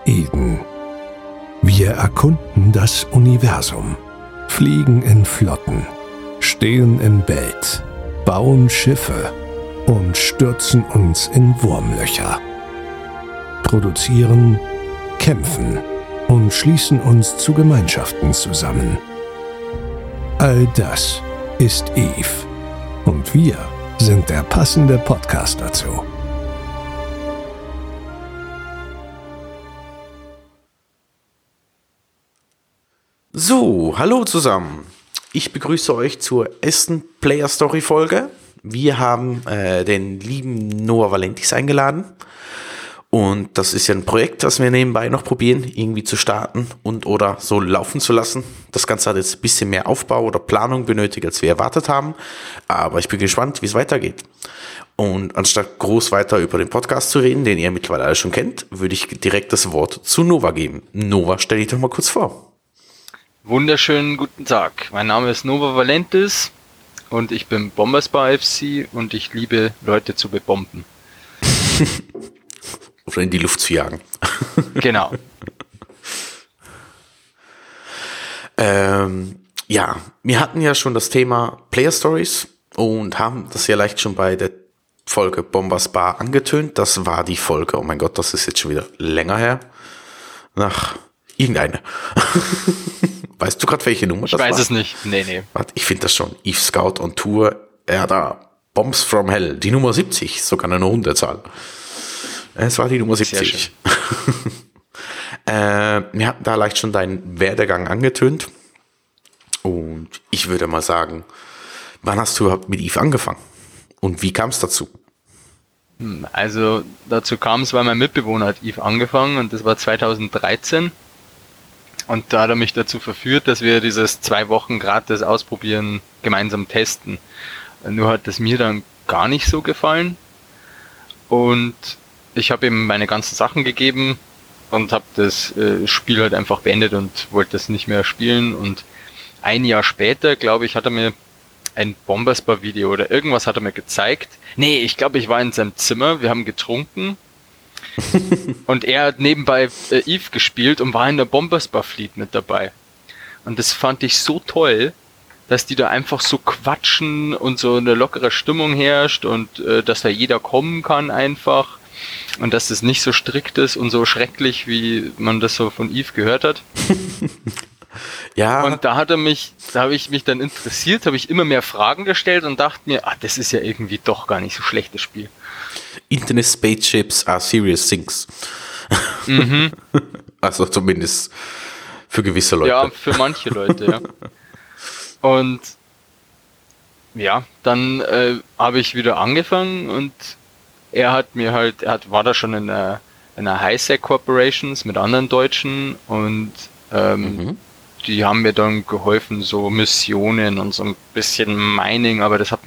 Eden. Wir erkunden das Universum, fliegen in Flotten, stehen im Bett, bauen Schiffe und stürzen uns in Wurmlöcher. Produzieren, kämpfen und schließen uns zu Gemeinschaften zusammen. All das ist Eve. Und wir sind der passende Podcast dazu. So, hallo zusammen. Ich begrüße euch zur ersten Player Story Folge. Wir haben den lieben Noah Valentis eingeladen. Und das ist ja ein Projekt, das wir nebenbei noch probieren, irgendwie zu starten und oder so laufen zu lassen. Das Ganze hat jetzt ein bisschen mehr Aufbau oder Planung benötigt, als wir erwartet haben. Aber ich bin gespannt, wie es weitergeht. Und anstatt groß weiter über den Podcast zu reden, den ihr mittlerweile alle schon kennt, würde ich direkt das Wort zu Noah geben. Noah, stell dich doch mal kurz vor. Wunderschönen guten Tag. Mein Name ist Noah Valentis und ich bin Bombersbar FC und ich liebe Leute zu bebomben. Oder in die Luft zu jagen. Genau. Ja, wir hatten ja schon das Thema Player Stories und haben das ja leicht schon bei der Folge Bombersbar angetönt. Das war die Folge, oh mein Gott, das ist jetzt schon wieder länger her. Nach irgendeine. Weißt du gerade, welche Nummer das war? Ich weiß es nicht. Nee. Warte, ich finde das schon. Eve Scout on Tour. Ja, da. Bombs from Hell. Die Nummer 70. Sogar eine Hundertzahl. Es war die Nummer 70. Wir hatten da leicht schon deinen Werdegang angetönt. Und ich würde mal sagen, wann hast du überhaupt mit Eve angefangen? Und wie kam es dazu? Also dazu kam es, weil mein Mitbewohner hat Eve angefangen und das war 2013. Und da hat er mich dazu verführt, dass wir dieses 2 Wochen gratis ausprobieren, gemeinsam testen. Nur hat es mir dann gar nicht so gefallen. Und ich habe ihm meine ganzen Sachen gegeben und habe das Spiel halt einfach beendet und wollte das nicht mehr spielen. Und ein Jahr später, glaube ich, hat er mir ein Bombersbar-Video oder irgendwas hat er mir gezeigt. Nee, ich glaube, ich war in seinem Zimmer, wir haben getrunken. Und er hat nebenbei Eve gespielt und war in der Bombersbar Fleet mit dabei. Und das fand ich so toll, dass die da einfach so quatschen und so eine lockere Stimmung herrscht und dass da jeder kommen kann einfach und dass das nicht so strikt ist und so schrecklich, wie man das so von Eve gehört hat. Ja. Und da habe ich mich dann interessiert, habe ich immer mehr Fragen gestellt und dachte mir, das ist ja irgendwie doch gar nicht so schlechtes Spiel. Internet Spaceships are serious things. Mhm. Also zumindest für gewisse Leute. Ja, für manche Leute, ja. Und ja, dann habe ich wieder angefangen und er war da schon in einer High-Sec Corporations mit anderen Deutschen und die haben mir dann geholfen, so Missionen und so ein bisschen Mining, aber das hat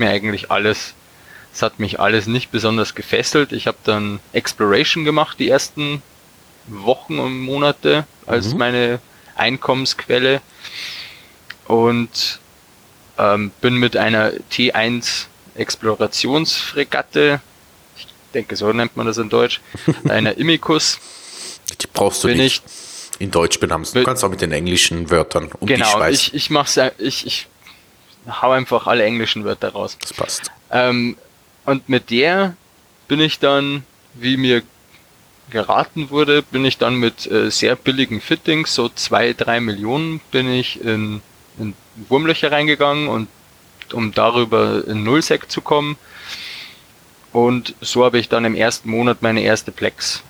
mich alles nicht besonders gefesselt. Ich habe dann Exploration gemacht, die ersten Wochen und Monate als meine Einkommensquelle und bin mit einer T1 Explorationsfregatte, ich denke so nennt man das in Deutsch, einer Immicus. Die brauchst du nicht in Deutsch benennen. Du kannst auch mit den englischen Wörtern dich schweißen. Ich hau einfach alle englischen Wörter raus. Das passt. Und mit der bin ich dann, wie mir geraten wurde, bin ich dann mit sehr billigen Fittings, so 2-3 Millionen, bin ich in Wurmlöcher reingegangen und um darüber in Nullsec zu kommen. Und so habe ich dann im ersten Monat meine erste Plex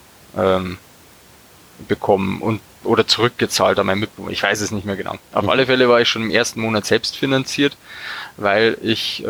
bekommen oder zurückgezahlt an meinen Mitbewohner. Ich weiß es nicht mehr genau. Auf alle Fälle war ich schon im ersten Monat selbst finanziert, weil ich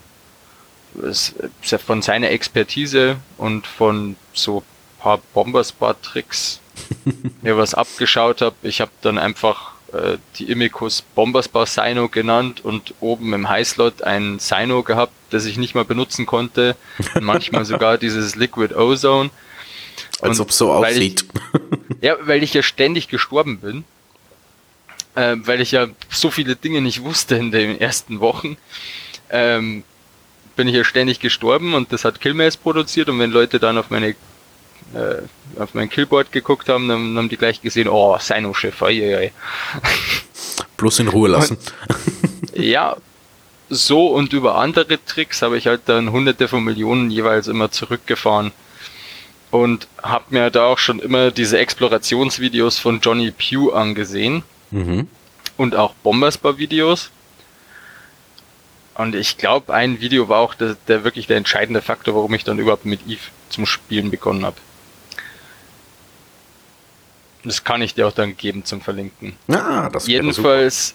von seiner Expertise und von so ein paar Bombersbar-Tricks mir was abgeschaut habe. Ich habe dann einfach die Immicus Bombersbar Sino genannt und oben im Highslot ein Sino gehabt, das ich nicht mal benutzen konnte. Und manchmal sogar dieses Liquid Ozone. Als ob es so aussieht. Weil ich ja ständig gestorben bin. Weil ich ja so viele Dinge nicht wusste in den ersten Wochen. Bin ich ja ständig gestorben und das hat Killmaze produziert und wenn Leute dann auf meine auf mein Killboard geguckt haben, dann haben die gleich gesehen, oh, Sino-Schiff, Bloß in Ruhe lassen. Ja, so und über andere Tricks habe ich halt dann hunderte von Millionen jeweils immer zurückgefahren und habe mir da auch schon immer diese Explorationsvideos von Johnny Pugh angesehen und auch Bombersbar-Videos. Und ich glaube, ein Video war auch der wirklich der entscheidende Faktor, warum ich dann überhaupt mit Eve zum Spielen begonnen habe. Das kann ich dir auch dann geben zum Verlinken. Das jedenfalls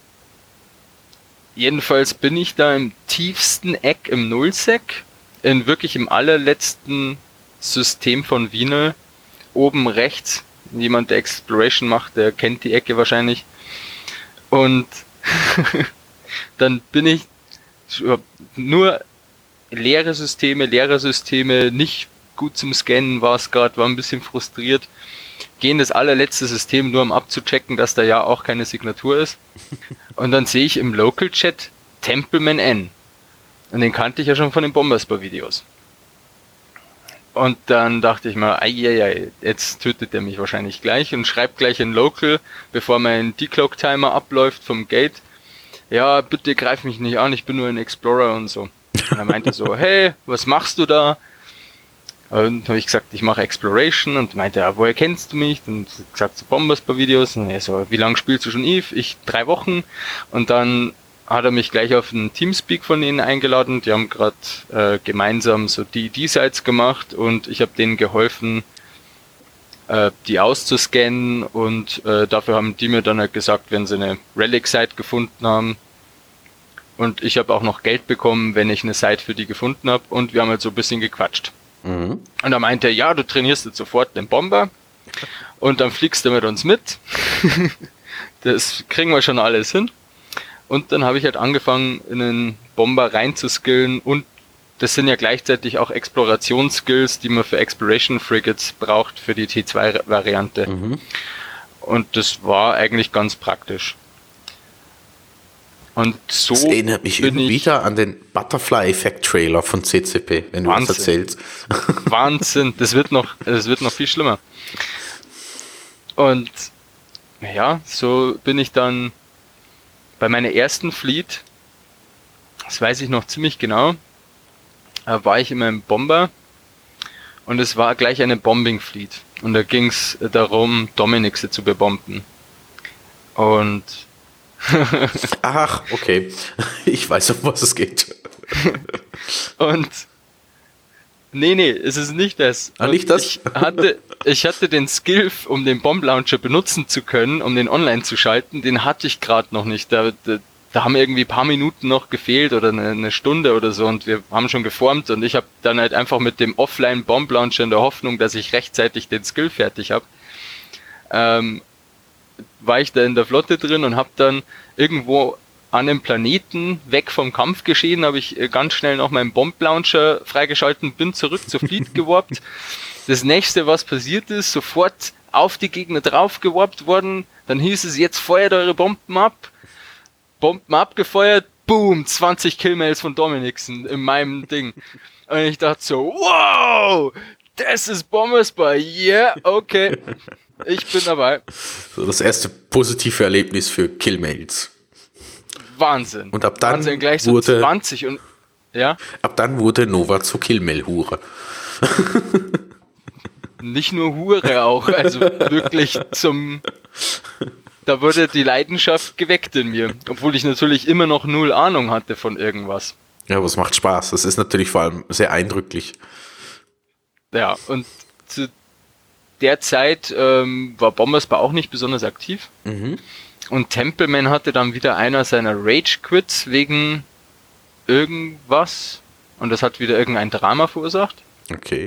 bin ich da im tiefsten Eck im Nullsec, wirklich im allerletzten System von Wiener, oben rechts. Jemand, der Exploration macht, der kennt die Ecke wahrscheinlich. Und dann bin ich nur leere Systeme, nicht gut zum Scannen war es gerade, war ein bisschen frustriert. Gehen das allerletzte System nur um abzuchecken, dass da ja auch keine Signatur ist. Und dann sehe ich im Local Chat Templeman N. Und den kannte ich ja schon von den Bombersbar-Videos. Und dann dachte ich mal, jetzt tötet der mich wahrscheinlich gleich und schreibt gleich in Local, bevor mein Decloak-Timer abläuft vom Gate. Ja, bitte greif mich nicht an, ich bin nur ein Explorer und so. Und er meinte so, hey, was machst du da? Und habe ich gesagt, ich mache Exploration und meinte, ja, woher kennst du mich? Und gesagt, so Bombersbar-Videos. Und er so, wie lange spielst du schon Eve? Ich 3 Wochen. Und dann hat er mich gleich auf einen Teamspeak von ihnen eingeladen. Die haben gerade gemeinsam so die D-Sites gemacht und ich habe denen geholfen, die auszuscannen und dafür haben die mir dann halt gesagt, wenn sie eine Relic-Site gefunden haben. Und ich habe auch noch Geld bekommen, wenn ich eine Site für die gefunden habe und wir haben halt so ein bisschen gequatscht. Und er meinte, ja, du trainierst jetzt sofort den Bomber und dann fliegst du mit uns mit. Das kriegen wir schon alles hin. Und dann habe ich halt angefangen, in den Bomber reinzuskillen und das sind ja gleichzeitig auch Explorationsskills, die man für Exploration Frigates braucht, für die T2-Variante. Und das war eigentlich ganz praktisch. Und so das erinnert mich irgendwie wieder an den Butterfly-Effekt-Trailer von CCP, wenn du das erzählst. Wahnsinn, das wird noch viel schlimmer. Und ja, so bin ich dann bei meiner ersten Fleet, das weiß ich noch ziemlich genau, war ich in meinem Bomber und es war gleich eine Bombing-Fleet. Und da ging es darum, Dominixe zu bebomben. Und ach, okay. Ich weiß, um was es geht. Und nee, es ist nicht das. Nicht das? Ich hatte den Skill, um den Bomb-Launcher benutzen zu können, um den online zu schalten, den hatte ich gerade noch nicht. Da haben irgendwie ein paar Minuten noch gefehlt oder eine Stunde oder so und wir haben schon geformt und ich habe dann halt einfach mit dem Offline-Bomb-Launcher in der Hoffnung, dass ich rechtzeitig den Skill fertig habe, war ich da in der Flotte drin und habe dann irgendwo an einem Planeten, weg vom Kampfgeschehen, habe ich ganz schnell noch meinen Bomb-Launcher freigeschalten, bin zurück zur Fleet gewarpt. Das nächste, was passiert ist, sofort auf die Gegner drauf gewarpt worden, dann hieß es, jetzt feuert eure Bomben ab. Bomben abgefeuert, boom, 20 Killmails von Dominixen in meinem Ding. Und ich dachte so, wow, das ist Bombersbar, yeah, okay. Ich bin dabei. So das erste positive Erlebnis für Killmails. Wahnsinn. Und ab dann Wahnsinn, gleich so wurde 20 und ja. Ab dann wurde Nova zur Killmail-Hure. Nicht nur Hure auch, also wirklich da wurde die Leidenschaft geweckt in mir, obwohl ich natürlich immer noch 0 Ahnung hatte von irgendwas. Ja, aber es macht Spaß. Das ist natürlich vor allem sehr eindrücklich. Ja, und zu der Zeit war Bombersbar auch nicht besonders aktiv. Und Templeman hatte dann wieder einer seiner Rage-Quits wegen irgendwas. Und das hat wieder irgendein Drama verursacht. Okay.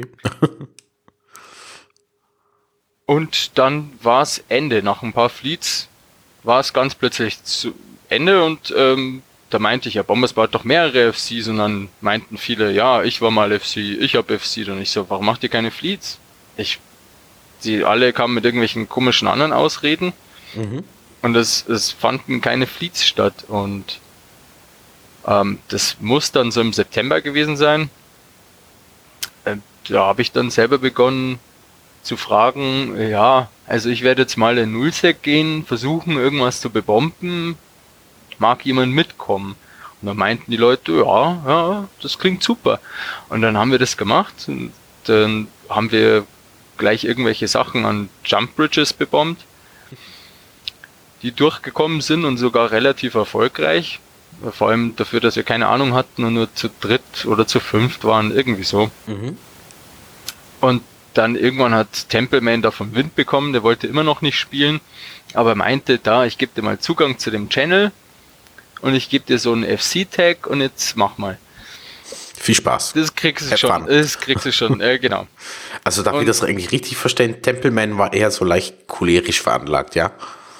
Und dann war es Ende. Nach ein paar Fleets war es ganz plötzlich zu Ende. Und da meinte ich, ja, Bombersbar hat doch mehrere FCs. Und dann meinten viele, ja, ich war mal FC, ich hab FC. Und ich so, warum macht ihr keine Fleets? Die alle kamen mit irgendwelchen komischen anderen Ausreden. Und es fanden keine Fleets statt. Und das muss dann so im September gewesen sein. Da habe ich dann selber begonnen zu fragen, ja, also ich werde jetzt mal in Nullsec gehen, versuchen irgendwas zu bebomben, mag jemand mitkommen? Und dann meinten die Leute, ja, das klingt super. Und dann haben wir das gemacht und dann haben wir gleich irgendwelche Sachen an Jump Bridges bebombt, die durchgekommen sind und sogar relativ erfolgreich. Vor allem dafür, dass wir keine Ahnung hatten und nur zu dritt oder zu fünft waren, irgendwie so. Und dann irgendwann hat Templeman davon Wind bekommen, der wollte immer noch nicht spielen, aber meinte, ich gebe dir mal Zugang zu dem Channel und ich gebe dir so einen FC-Tag und jetzt mach mal. Viel Spaß. Das kriegst du schon, genau. Also darf ich das eigentlich richtig verstehen? Templeman war eher so leicht cholerisch veranlagt, ja?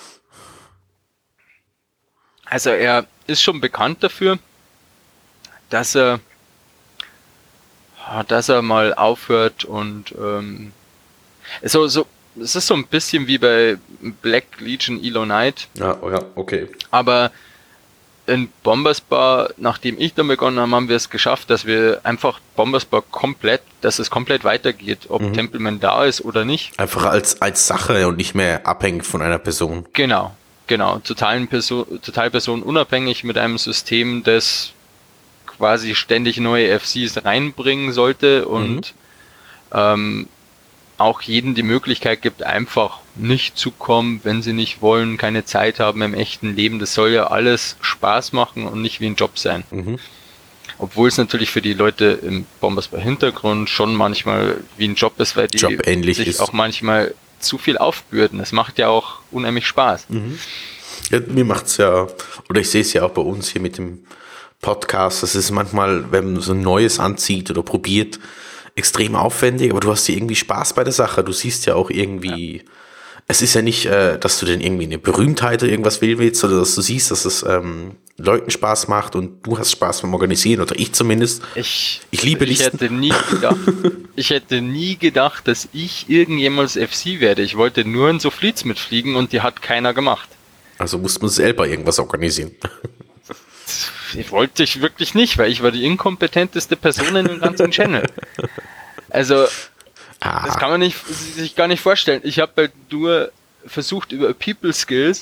Also er ist schon bekannt dafür, dass er mal aufhört und es ist so ein bisschen wie bei Black Legion Elo Knight. Ja, okay. Aber in Bombersbar, nachdem ich dann begonnen habe, haben wir es geschafft, dass wir einfach Bombersbar dass es komplett weitergeht, ob Templeman da ist oder nicht. Einfach als Sache und nicht mehr abhängig von einer Person. Genau. Total personenunabhängig mit einem System, das quasi ständig neue FCs reinbringen sollte und auch jedem die Möglichkeit gibt, einfach nicht zu kommen, wenn sie nicht wollen, keine Zeit haben im echten Leben. Das soll ja alles Spaß machen und nicht wie ein Job sein. Obwohl es natürlich für die Leute im Bombersbar-Hintergrund schon manchmal wie ein Job ist, weil die sich auch manchmal zu viel aufbürden. Es macht ja auch unheimlich Spaß. Ja, mir macht's ja, oder ich sehe es ja auch bei uns hier mit dem Podcast, das ist manchmal, wenn man so ein Neues anzieht oder probiert, extrem aufwendig, aber du hast ja irgendwie Spaß bei der Sache. Du siehst ja auch irgendwie, es ist ja nicht, dass du denn irgendwie eine Berühmtheit oder irgendwas willst, sondern dass du siehst, dass es Leuten Spaß macht und du hast Spaß beim Organisieren, oder ich zumindest. Ich liebe Listen. Ich hätte nie gedacht, dass ich irgendjemals FC werde. Ich wollte nur in so Fleets mitfliegen und die hat keiner gemacht. Also musste man selber irgendwas organisieren. Wollte ich wirklich nicht, weil ich war die inkompetenteste Person in dem ganzen Channel. Also, das kann man sich gar nicht vorstellen. Ich habe halt nur versucht, über People Skills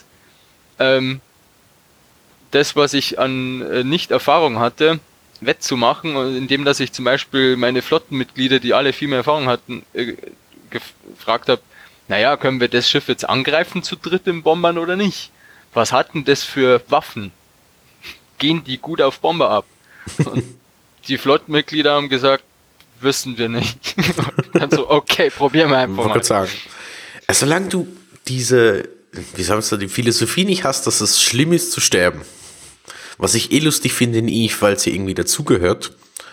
das, was ich an Nicht-Erfahrung hatte, wettzumachen, und indem, dass ich zum Beispiel meine Flottenmitglieder, die alle viel mehr Erfahrung hatten, gefragt habe, naja, können wir das Schiff jetzt angreifen zu dritt im Bombern oder nicht? Was hatten das für Waffen? Gehen die gut auf Bomber ab? Und die Flottenmitglieder haben gesagt, wissen wir nicht. Und dann so, okay, probieren wir einfach mal. Sagen. Solange du diese, die Philosophie nicht hast, dass es schlimm ist zu sterben, was ich lustig finde in Eve, weil sie irgendwie dazugehört,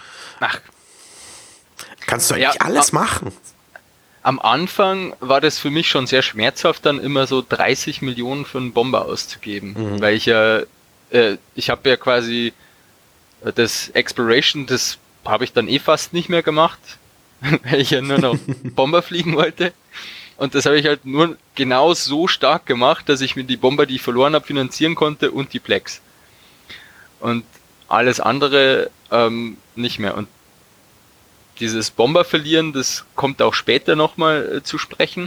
kannst du eigentlich alles machen. Am Anfang war das für mich schon sehr schmerzhaft, dann immer so 30 Millionen für einen Bomber auszugeben, weil ich habe ja quasi das Exploration, das habe ich dann fast nicht mehr gemacht, weil ich ja nur noch Bomber fliegen wollte. Und das habe ich halt nur genau so stark gemacht, dass ich mir die Bomber, die ich verloren habe, finanzieren konnte und die Plex. Und alles andere nicht mehr. Und dieses Bomber verlieren, das kommt auch später nochmal zu sprechen.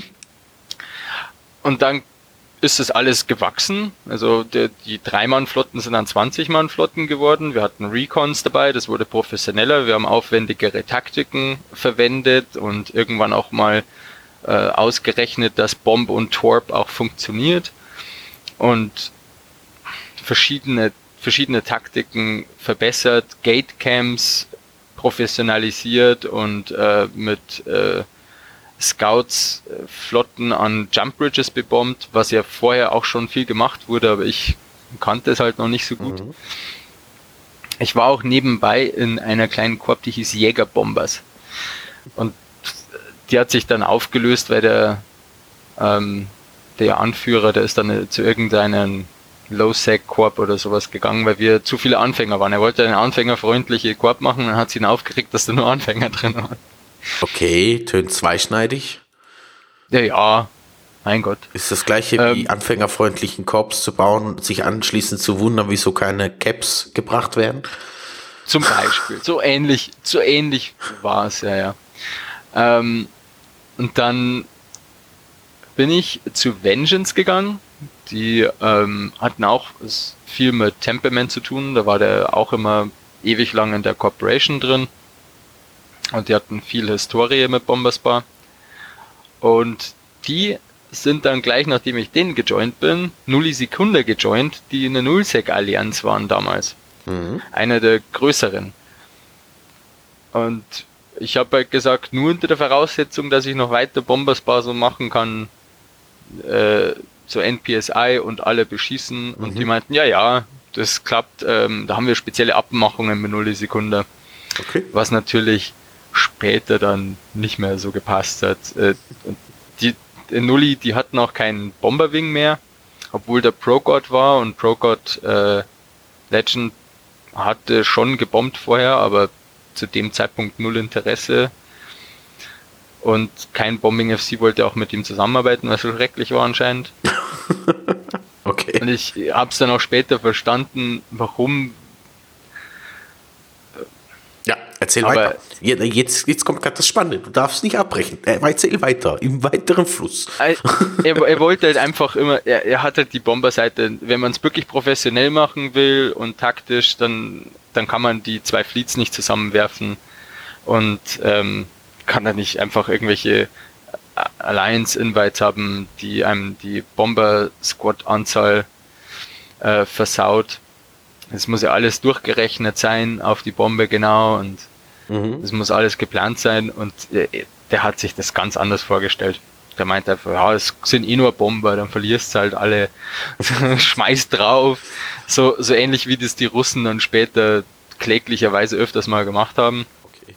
Und dann ist das alles gewachsen. Also die 3-Mann-Flotten sind dann 20-Mann-Flotten geworden. Wir hatten Recons dabei, das wurde professioneller. Wir haben aufwendigere Taktiken verwendet und irgendwann auch mal ausgerechnet, dass Bomb und Torp auch funktioniert. Und verschiedene Taktiken verbessert, Gatecams professionalisiert und mit Scouts Flotten an Jump Bridges bebombt, was ja vorher auch schon viel gemacht wurde, aber ich kannte es halt noch nicht so gut. Ich war auch nebenbei in einer kleinen Korps, die hieß Jägerbombers. Und die hat sich dann aufgelöst, weil der Anführer, der ist dann zu irgendeinem Low-Sec-Corp oder sowas gegangen, weil wir zu viele Anfänger waren. Er wollte eine anfängerfreundliche Corp machen, dann hat sie ihn aufgeregt, dass da nur Anfänger drin waren. Okay, tönt zweischneidig. Ja, mein Gott. Ist das gleiche wie anfängerfreundlichen Corps zu bauen, sich anschließend zu wundern, wieso keine Caps gebracht werden? Zum Beispiel. So ähnlich war es, ja. Und dann bin ich zu Vengeance gegangen. Die hatten auch viel mit Temperament zu tun. Da war der auch immer ewig lang in der Corporation drin. Und die hatten viel Historie mit Bomberspar. Und die sind dann gleich, nachdem ich denen gejoint bin, Nulli Secunda gejoint, die in der Nullsec-Allianz waren damals. Einer der größeren. Und ich habe halt gesagt, nur unter der Voraussetzung, dass ich noch weiter Bomberspar so machen kann, so NPSI und alle beschießen. Und die meinten, ja, das klappt. Da haben wir spezielle Abmachungen mit Nulli Secunda. Okay. Was natürlich später dann nicht mehr so gepasst hat. Die Nulli, die hatten auch keinen Bomberwing mehr, obwohl der Pro-God war, und Pro-God Legend hatte schon gebombt vorher, aber zu dem Zeitpunkt null Interesse, und kein Bombing FC wollte auch mit ihm zusammenarbeiten, was so schrecklich war anscheinend. Okay. Und ich habe es dann auch später verstanden, warum. Ja, erzähl Aber weiter. Jetzt kommt gerade das Spannende. Du darfst nicht abbrechen. Erzähl weiter, im weiteren Fluss. Er wollte halt einfach immer, er hat halt die Bomberseite, wenn man es wirklich professionell machen will und taktisch, dann kann man die zwei Fleets nicht zusammenwerfen und kann dann nicht einfach irgendwelche Alliance-Invites haben, die einem die Bomber-Squad-Anzahl versaut. Es muss ja alles durchgerechnet sein auf die Bombe genau, und es muss alles geplant sein, und der hat sich das ganz anders vorgestellt. Der meint einfach, ja, es sind eh nur Bomber, dann verlierst du halt alle, schmeiß drauf. So ähnlich wie das die Russen dann später kläglicherweise öfters mal gemacht haben. Okay.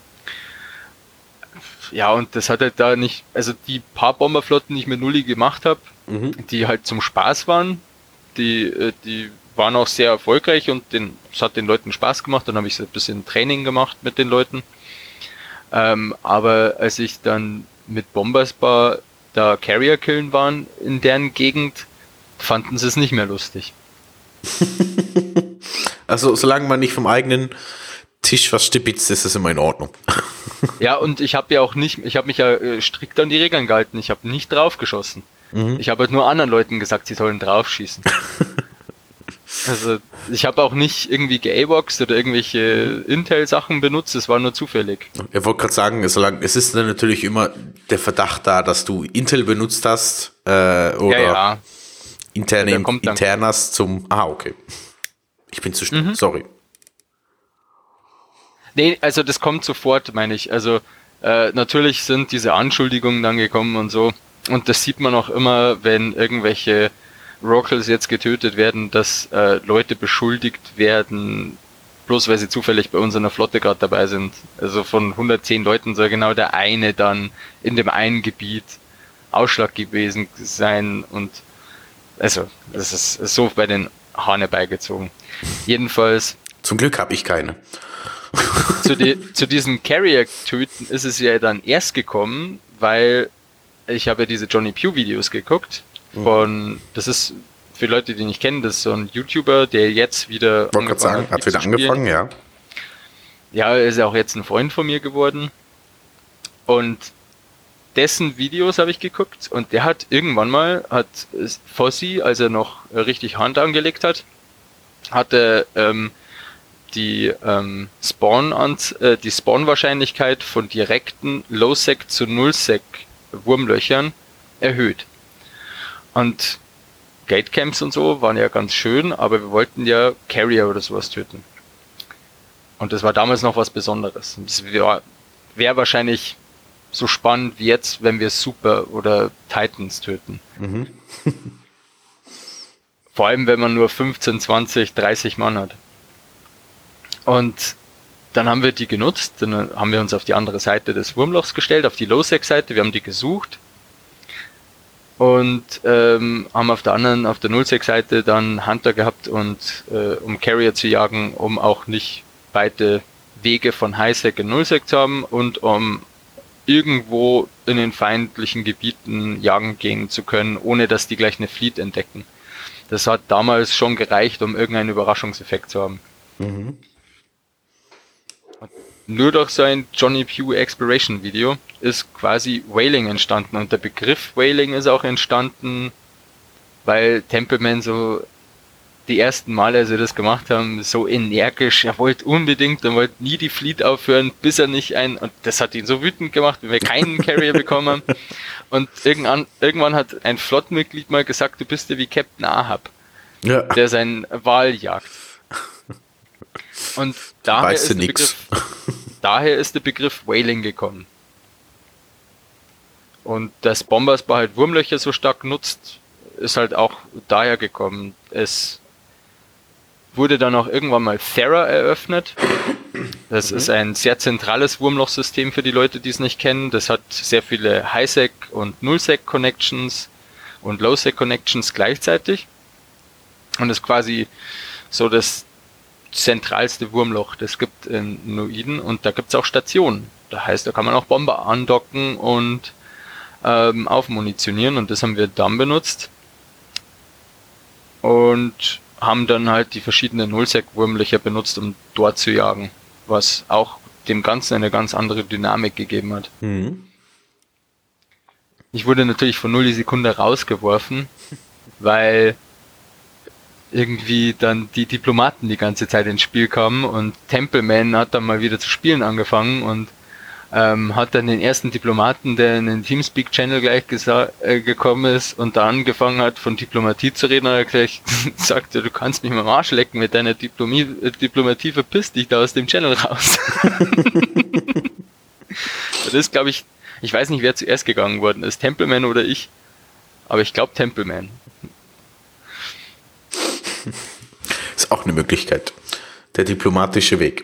Ja, und das hat halt da nicht, also die paar Bomberflotten, die ich mit Nulli gemacht habe, die halt zum Spaß waren, die waren auch sehr erfolgreich, und es hat den Leuten Spaß gemacht. Dann habe ich ein bisschen Training gemacht mit den Leuten. Aber als ich dann mit Bomberspar da Carrier killen waren in deren Gegend, fanden sie es nicht mehr lustig. Also solange man nicht vom eigenen Tisch was stibitzt, ist das immer in Ordnung. Ja, und ich habe mich ja strikt an die Regeln gehalten. Ich habe nicht draufgeschossen. Ich habe halt nur anderen Leuten gesagt, sie sollen draufschießen. Also ich habe auch nicht irgendwie geaboxt oder irgendwelche Intel-Sachen benutzt, es war nur zufällig. Ich wollte gerade sagen, es ist dann natürlich immer der Verdacht da, dass du Intel benutzt hast oder Internas zum... okay. Ich bin zu schnell, sorry. Nee, also das kommt sofort, meine ich. Also natürlich sind diese Anschuldigungen dann gekommen und so, und das sieht man auch immer, wenn irgendwelche Rocals jetzt getötet werden, dass Leute beschuldigt werden, bloß weil sie zufällig bei uns in der Flotte gerade dabei sind. Also von 110 Leuten soll genau der eine dann in dem einen Gebiet Ausschlag gewesen sein, und also das ist so bei den Haaren beigezogen. Jedenfalls. Zum Glück habe ich keine. Zu diesen Carrier-Töten ist es ja dann erst gekommen, weil ich habe ja diese Johnny Pugh-Videos geguckt. Das ist, für Leute, die nicht kennen, das ist so ein YouTuber, der jetzt wieder hat wieder angefangen, ja. Ja, er ist ja auch jetzt ein Freund von mir geworden. Und dessen Videos habe ich geguckt, und der hat irgendwann mal, Fossi, als er noch richtig Hand angelegt hat, hatte die Spawn-Wahrscheinlichkeit von direkten Low-Sec zu Null-Sec Wurmlöchern erhöht. Und Gatecamps und so waren ja ganz schön, aber wir wollten ja Carrier oder sowas töten. Und das war damals noch was Besonderes. Das wäre wahrscheinlich so spannend wie jetzt, wenn wir Super oder Titans töten. Vor allem, wenn man nur 15, 20, 30 Mann hat. Und dann haben wir die genutzt, dann haben wir uns auf die andere Seite des Wurmlochs gestellt, auf die Low-Sec-Seite, wir haben die gesucht. Und haben auf der Null-Sec-Seite dann Hunter gehabt, und um Carrier zu jagen, um auch nicht weite Wege von High-Sec in Null-Sec zu haben, und um irgendwo in den feindlichen Gebieten jagen gehen zu können, ohne dass die gleich eine Fleet entdecken. Das hat damals schon gereicht, um irgendeinen Überraschungseffekt zu haben. nur durch so ein Johnny Pugh Exploration Video ist quasi Whaling entstanden. Und der Begriff Whaling ist auch entstanden, weil Templeman so die ersten Male, als sie das gemacht haben, so energisch, er wollte nie die Fleet aufhören, bis er nicht und das hat ihn so wütend gemacht, wenn wir keinen Carrier bekommen haben. Und irgendwann hat ein Flottenmitglied mal gesagt, du bist ja wie Captain Ahab, der seinen Wal jagt. Und daher ist der Begriff Whaling gekommen. Und dass Bombers halt Wurmlöcher so stark nutzt, ist halt auch daher gekommen. Es wurde dann auch irgendwann mal Thera eröffnet. Das ist ein sehr zentrales Wurmlochsystem für die Leute, die es nicht kennen. Das hat sehr viele High-Sec und Null-Sec-Connections und Low-Sec-Connections gleichzeitig. Und ist quasi so das zentralste Wurmloch, das gibt in Noiden. Und da gibt es auch Stationen. Das heißt, da kann man auch Bomber andocken und aufmunitionieren. Und das haben wir dann benutzt. Und haben dann halt die verschiedenen Nullsec-Wurmlöcher benutzt, um dort zu jagen, was auch dem Ganzen eine ganz andere Dynamik gegeben hat. Mhm. Ich wurde natürlich von 0 die Sekunde rausgeworfen, weil irgendwie dann die Diplomaten die ganze Zeit ins Spiel kamen und Templeman hat dann mal wieder zu spielen angefangen und hat dann den ersten Diplomaten, der in den Teamspeak-Channel gleich gekommen ist und da angefangen hat, von Diplomatie zu reden, hat er gleich gesagt, du kannst mich mal am Arsch lecken mit deiner Diplomatie, verpiss dich da aus dem Channel raus. Das ist, glaube ich weiß nicht, wer zuerst gegangen worden ist, Templeman oder ich, aber ich glaube Templeman. Ist auch eine Möglichkeit. Der diplomatische Weg.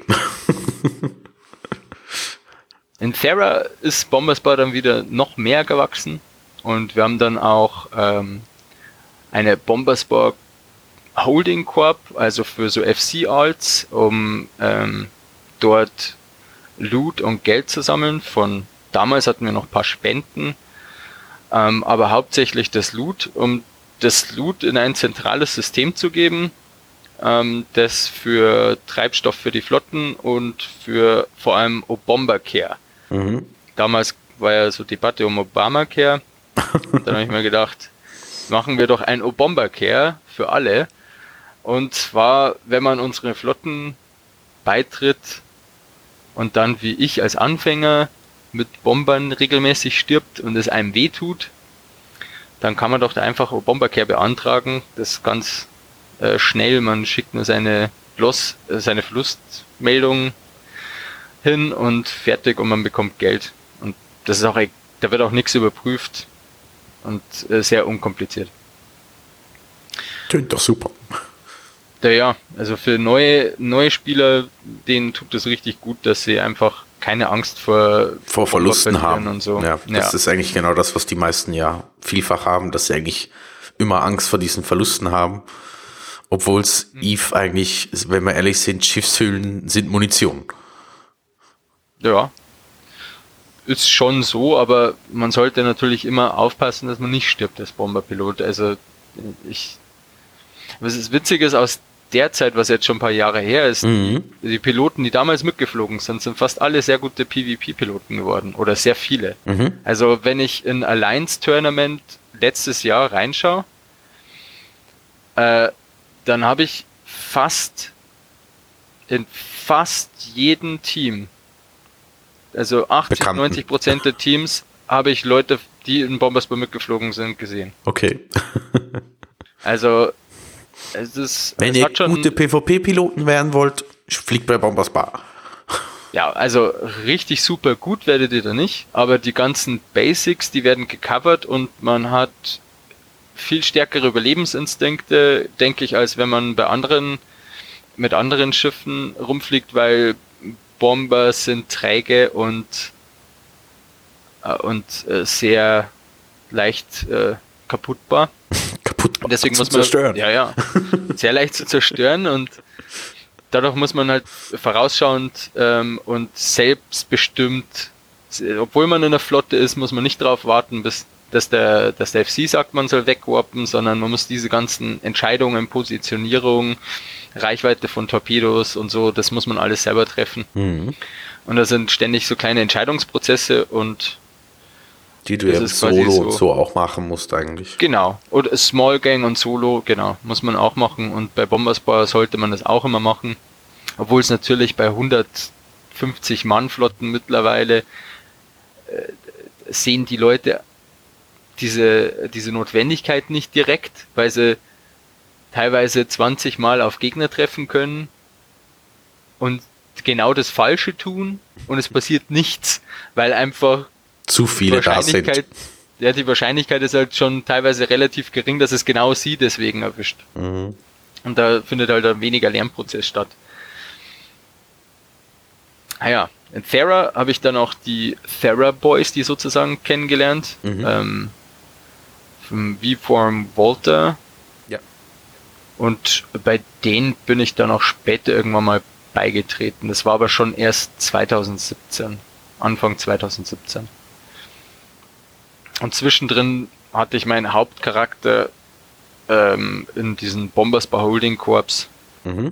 In Thera ist Bomberspar dann wieder noch mehr gewachsen und wir haben dann auch eine Bomberspar Holding Corp, also für so FC-Alts, um dort Loot und Geld zu sammeln. Von damals hatten wir noch ein paar Spenden, aber hauptsächlich das Loot, um das Loot in ein zentrales System zu geben, das für Treibstoff für die Flotten und für vor allem Obamacare. Mhm. Damals war ja so Debatte um Obamacare. Dann habe ich mir gedacht, machen wir doch ein Obamacare für alle. Und zwar, wenn man unsere Flotten beitritt und dann wie ich als Anfänger mit Bombern regelmäßig stirbt und es einem wehtut, dann kann man doch da einfach Obamacare beantragen. Das ist ganz schnell. Man schickt nur seine Verlustmeldung hin und fertig und man bekommt Geld. Und das ist auch, da wird auch nichts überprüft und sehr unkompliziert. Klingt doch super. Ja, also für neue Spieler, denen tut es richtig gut, dass sie einfach keine Angst vor Verlusten haben und so. Ja, das ist eigentlich genau das, was die meisten ja vielfach haben, dass sie eigentlich immer Angst vor diesen Verlusten haben. Obwohl es Eve eigentlich, wenn wir ehrlich sind, Schiffshüllen sind Munition. Ja, ist schon so, aber man sollte natürlich immer aufpassen, dass man nicht stirbt als Bomberpilot. Also was witzig ist aus der Zeit, was jetzt schon ein paar Jahre her ist, die Piloten, die damals mitgeflogen sind fast alle sehr gute PvP-Piloten geworden oder sehr viele. Mhm. Also wenn ich in Alliance Tournament letztes Jahr reinschaue, dann habe ich in fast jedem Team, also 80-90% der Teams, habe ich Leute, die in Bomberspar mitgeflogen sind, gesehen. Okay. Also wenn ihr gute PvP-Piloten werden wollt, fliegt bei Bomberspar. Ja, also richtig super gut werdet ihr da nicht, aber die ganzen Basics, die werden gecovert und man hat viel stärkere Überlebensinstinkte, denke ich, als wenn man mit anderen Schiffen rumfliegt, weil Bomber sind träge und sehr leicht kaputtbar. Kaputtbar. Deswegen muss man zerstören. Ja, sehr leicht zu zerstören und dadurch muss man halt vorausschauend und selbstbestimmt, obwohl man in der Flotte ist, muss man nicht darauf warten, dass der FC sagt, man soll wegwarpen, sondern man muss diese ganzen Entscheidungen, Positionierung Reichweite von Torpedos und so, das muss man alles selber treffen. Mhm. Und da sind ständig so kleine Entscheidungsprozesse und Die du ja im Solo und so auch machen musst eigentlich. genau. Oder Small Gang und Solo, genau, muss man auch machen. Und bei Bomberspar sollte man das auch immer machen. Obwohl es natürlich bei 150 Mann-Flotten mittlerweile sehen die Leute diese Notwendigkeit nicht direkt, weil sie teilweise 20 Mal auf Gegner treffen können und genau das Falsche tun und es passiert nichts, weil einfach zu viele da sind. Ja, die Wahrscheinlichkeit ist halt schon teilweise relativ gering, dass es genau sie deswegen erwischt. Mhm. Und da findet halt ein weniger Lernprozess statt. Ja, in Thera habe ich dann auch die Thera Boys, die sozusagen kennengelernt. Mhm. Vom V-Form Volta. Ja. Und bei denen bin ich dann auch später irgendwann mal beigetreten. Das war aber schon erst 2017. Anfang 2017. Und zwischendrin hatte ich meinen Hauptcharakter in diesen Bomberspar Holding Corps, Mhm.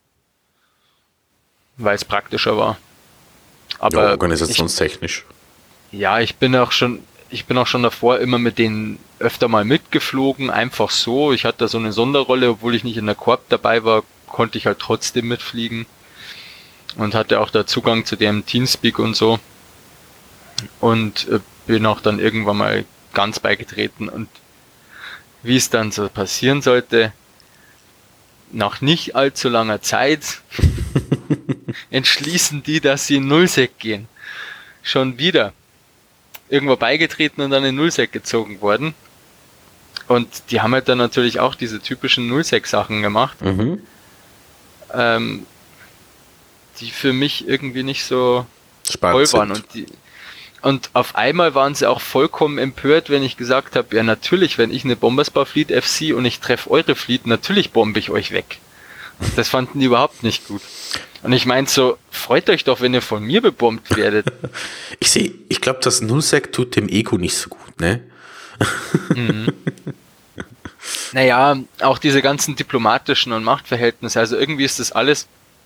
weil es praktischer war. Aber Ja, organisationstechnisch. ich bin auch schon davor immer mit denen öfter mal mitgeflogen, einfach so. Ich hatte so eine Sonderrolle, obwohl ich nicht in der Korb dabei war, konnte ich halt trotzdem mitfliegen und hatte auch da Zugang zu dem Teamspeak und so. Und bin auch dann irgendwann mal ganz beigetreten. Und wie es dann so passieren sollte, nach nicht allzu langer Zeit entschließen die, dass sie in Nullsec gehen. Schon wieder. Irgendwo beigetreten und dann in Nullsec gezogen worden. Und die haben halt dann natürlich auch diese typischen Nullsec-Sachen gemacht, Mhm. die für mich irgendwie nicht so Spannend toll waren. sind. Und auf einmal waren sie auch vollkommen empört, wenn ich gesagt habe, ja natürlich, wenn ich eine Bomberspar Fleet FC und ich treffe eure Fleet, natürlich bombe ich euch weg. Das fanden die überhaupt nicht gut. Und ich meinte so, freut euch doch, wenn ihr von mir bebombt werdet. Ich glaube, das Nullsec tut dem Ego nicht so gut, ne? Naja, auch diese ganzen diplomatischen und Machtverhältnisse, also irgendwie ist das alles,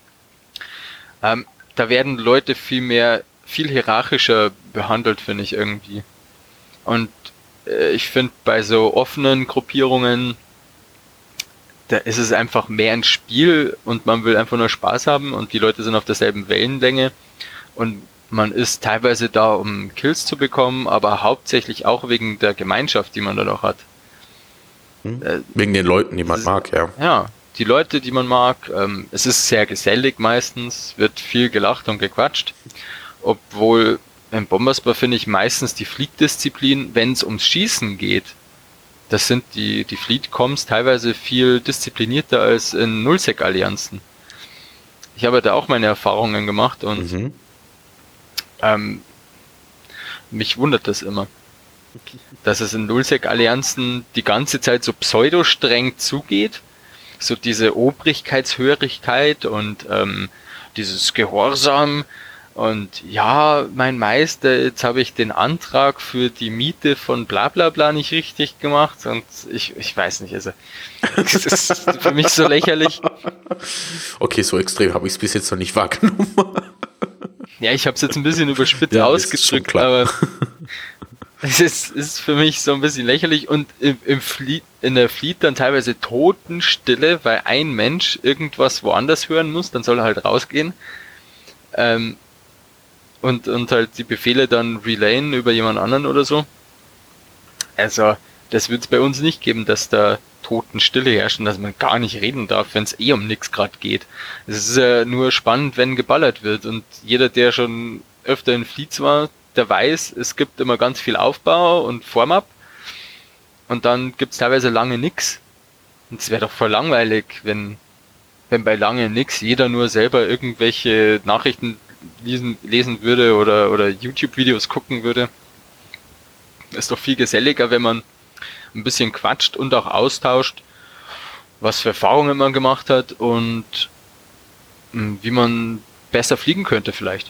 da werden Leute viel hierarchischer behandelt, finde ich irgendwie. Und ich finde, bei so offenen Gruppierungen, da ist es einfach mehr ein Spiel und man will einfach nur Spaß haben und die Leute sind auf derselben Wellenlänge und man ist teilweise da, um Kills zu bekommen, aber hauptsächlich auch wegen der Gemeinschaft, die man da noch hat. Wegen den Leuten, die man mag, ja. Ja, die Leute, die man mag, es ist sehr gesellig meistens, wird viel gelacht und gequatscht, obwohl im Bomberspar finde ich meistens die Fleet-Disziplin, wenn es ums Schießen geht, das sind die Fleet-Coms teilweise viel disziplinierter als in Nullsec-Allianzen. Ich habe da auch meine Erfahrungen gemacht und mich wundert das immer, dass es in Nullsec-Allianzen die ganze Zeit so pseudo-streng zugeht, so diese Obrigkeitshörigkeit und dieses Gehorsam und ja, mein Meister, jetzt habe ich den Antrag für die Miete von bla bla bla nicht richtig gemacht und ich weiß nicht, also das ist für mich so lächerlich. Okay, so extrem habe ich es bis jetzt noch nicht wahrgenommen. Ja, ich habe es jetzt ein bisschen überspitzt Ja, ausgedrückt, aber es ist für mich so ein bisschen lächerlich und in der Fleet dann teilweise Totenstille, weil ein Mensch irgendwas woanders hören muss, dann soll er halt rausgehen. Und halt die Befehle dann relayen über jemand anderen oder so. Also, das wird es bei uns nicht geben, dass da Totenstille herrscht und dass man gar nicht reden darf, wenn es um nichts gerade geht. Es ist ja nur spannend, wenn geballert wird und jeder, der schon öfter in Fleets war, der weiß, es gibt immer ganz viel Aufbau und Form-up und dann gibt's teilweise lange nix. Und es wäre doch voll langweilig, wenn bei lange nix jeder nur selber irgendwelche Nachrichten lesen würde oder YouTube-Videos gucken würde. Ist doch viel geselliger, wenn man ein bisschen quatscht und auch austauscht, was für Erfahrungen man gemacht hat und wie man besser fliegen könnte vielleicht.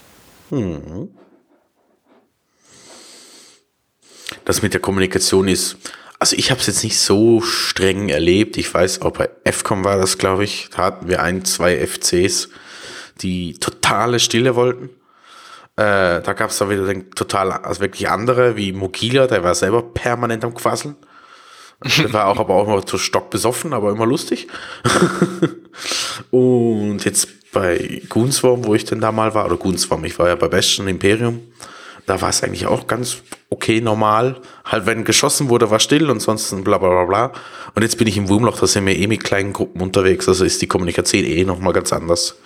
Das mit der Kommunikation ist, Also ich habe es jetzt nicht so streng erlebt. Ich weiß, auch bei FCOM war das, glaube ich. Da hatten wir 2 FCs, die totale Stille wollten. Da gab es dann wieder also wirklich andere, wie Mogila, der war selber permanent am Quasseln. Der war aber auch immer so stockbesoffen, aber immer lustig. Und jetzt bei Goonswarm, wo ich denn da mal war, oder Goonswarm, ich war ja bei Bastion Imperium, da war es eigentlich auch ganz okay, normal. Halt, wenn geschossen wurde, war still und sonst bla bla bla bla. Und jetzt bin ich im Wurmloch, da sind wir mit kleinen Gruppen unterwegs, also ist die Kommunikation nochmal ganz anders.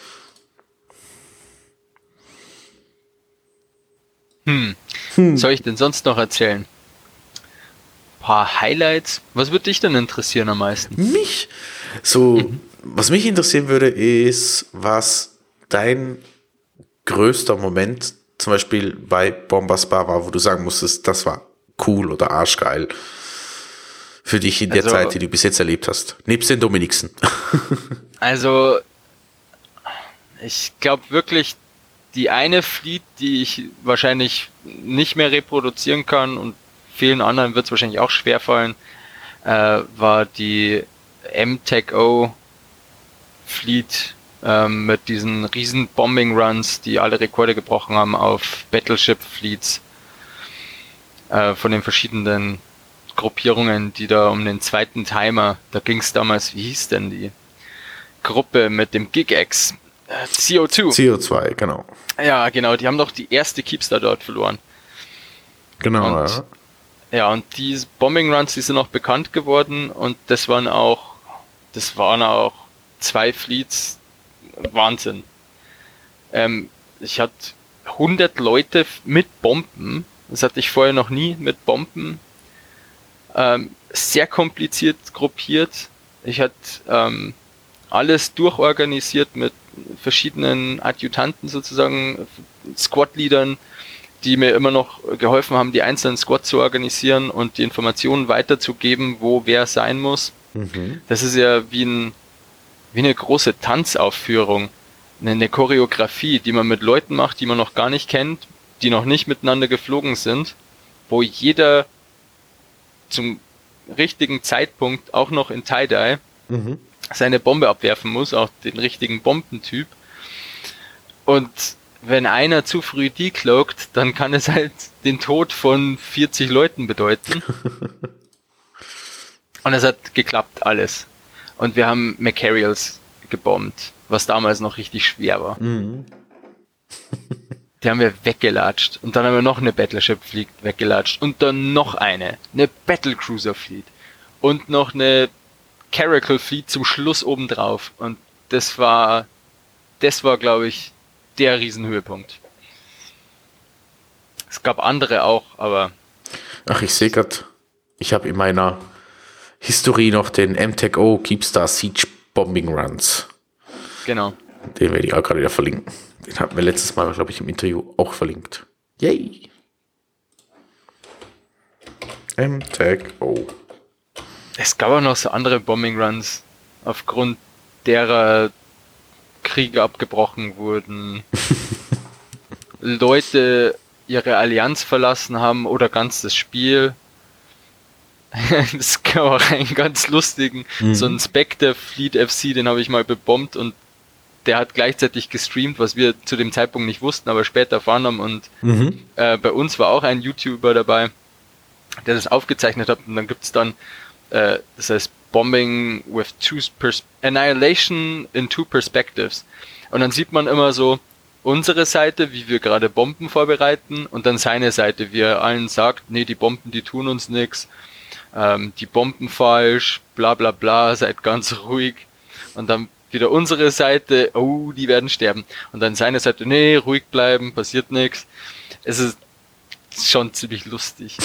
Soll ich denn sonst noch erzählen? Ein paar Highlights. Was würde dich denn interessieren am meisten? Mich? Was mich interessieren würde, ist, was dein größter Moment zum Beispiel bei Bombers Bar war, wo du sagen musstest, das war cool oder arschgeil für dich in der Zeit, die du bis jetzt erlebt hast. Nebst den Dominiksen. Also, ich glaube wirklich, die eine Fleet, die ich wahrscheinlich nicht mehr reproduzieren kann und vielen anderen wird es wahrscheinlich auch schwerfallen, war die MTEC-O Fleet mit diesen riesen Bombing-Runs, die alle Rekorde gebrochen haben auf Battleship-Fleets von den verschiedenen Gruppierungen, die da um den zweiten Timer, da ging es damals, wie hieß denn die Gruppe mit dem Gigex? CO2. CO2, genau. Ja, genau, die haben doch die erste Keepstar dort verloren. Genau, und, ja. Ja, und die Bombing Runs, die sind noch bekannt geworden und das waren auch 2 Fleets, Wahnsinn. Ich hatte 100 Leute mit Bomben, das hatte ich vorher noch nie mit Bomben, sehr kompliziert gruppiert. Ich hatte alles durchorganisiert mit verschiedenen Adjutanten sozusagen, Squad-Leadern, die mir immer noch geholfen haben, die einzelnen Squads zu organisieren und die Informationen weiterzugeben, wo wer sein muss. Mhm. Das ist ja wie eine große Tanzaufführung, eine Choreografie, die man mit Leuten macht, die man noch gar nicht kennt, die noch nicht miteinander geflogen sind, wo jeder zum richtigen Zeitpunkt, auch noch in Tie-Dye, seine Bombe abwerfen muss, auch den richtigen Bombentyp. Und wenn einer zu früh decloakt, dann kann es halt den Tod von 40 Leuten bedeuten. Und es hat geklappt, alles. Und wir haben Macarials gebombt, was damals noch richtig schwer war. Mhm. Die haben wir weggelatscht. Und dann haben wir noch eine Battleship-Fleet weggelatscht. Und dann noch eine Battlecruiser-Fleet. Und noch eine Caracal-Fleet zum Schluss obendrauf. Und das war, glaube ich, der Riesenhöhepunkt. Es gab andere auch, aber... Ach, ich sehe gerade, ich habe in meiner Historie noch den MTEC-O Keepstar Siege Bombing Runs. Genau. Den werde ich auch gerade wieder verlinken. Den hatten wir letztes Mal, glaube ich, im Interview auch verlinkt. Yay! MTEC-O. Es gab auch noch so andere Bombing Runs, aufgrund derer Kriege abgebrochen wurden, Leute ihre Allianz verlassen haben oder ganz das Spiel. Es gab auch einen ganz lustigen, so einen Spectre Fleet FC, den habe ich mal bebombt und der hat gleichzeitig gestreamt, was wir zu dem Zeitpunkt nicht wussten, aber später erfahren haben und bei uns war auch ein YouTuber dabei, der das aufgezeichnet hat und dann gibt's dann, das heißt Bombing with Annihilation in 2 Perspectives. Und dann sieht man immer so unsere Seite, wie wir gerade Bomben vorbereiten und dann seine Seite, wie er allen sagt, nee, die Bomben, die tun uns nix, die Bomben falsch, bla bla bla, seid ganz ruhig. Und dann wieder unsere Seite, oh, die werden sterben. Und dann seine Seite, nee, ruhig bleiben, passiert nix. Es ist schon ziemlich lustig.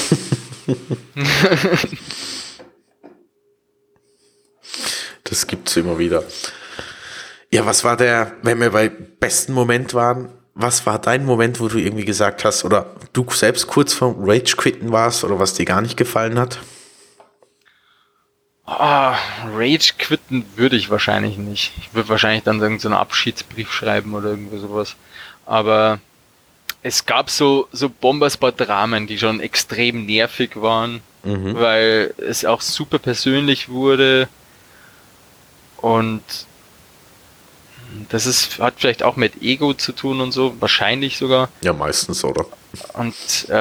Das gibt's immer wieder. Ja, was war wenn wir bei besten Moment waren, was war dein Moment, wo du irgendwie gesagt hast, oder du selbst kurz vor Rage-Quitten warst, oder was dir gar nicht gefallen hat? Rage-Quitten würde ich wahrscheinlich nicht. Ich würde wahrscheinlich dann so einen Abschiedsbrief schreiben oder irgendwie sowas. Aber es gab so Bombersbar-Dramen, die schon extrem nervig waren. weil es auch super persönlich wurde und hat vielleicht auch mit Ego zu tun und so, wahrscheinlich sogar. Ja, meistens, oder? Und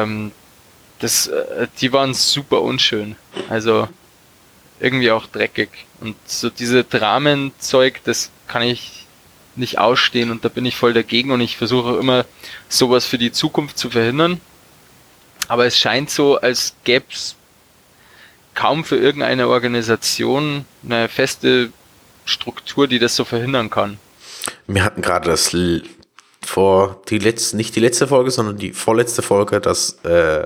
die waren super unschön. Also irgendwie auch dreckig. Und so diese Dramenzeug, das kann ich nicht ausstehen und da bin ich voll dagegen und ich versuche auch immer sowas für die Zukunft zu verhindern. Aber es scheint so, als gäbe es kaum für irgendeine Organisation eine feste Struktur, die das so verhindern kann. Wir hatten gerade nicht die letzte Folge, sondern die vorletzte Folge, das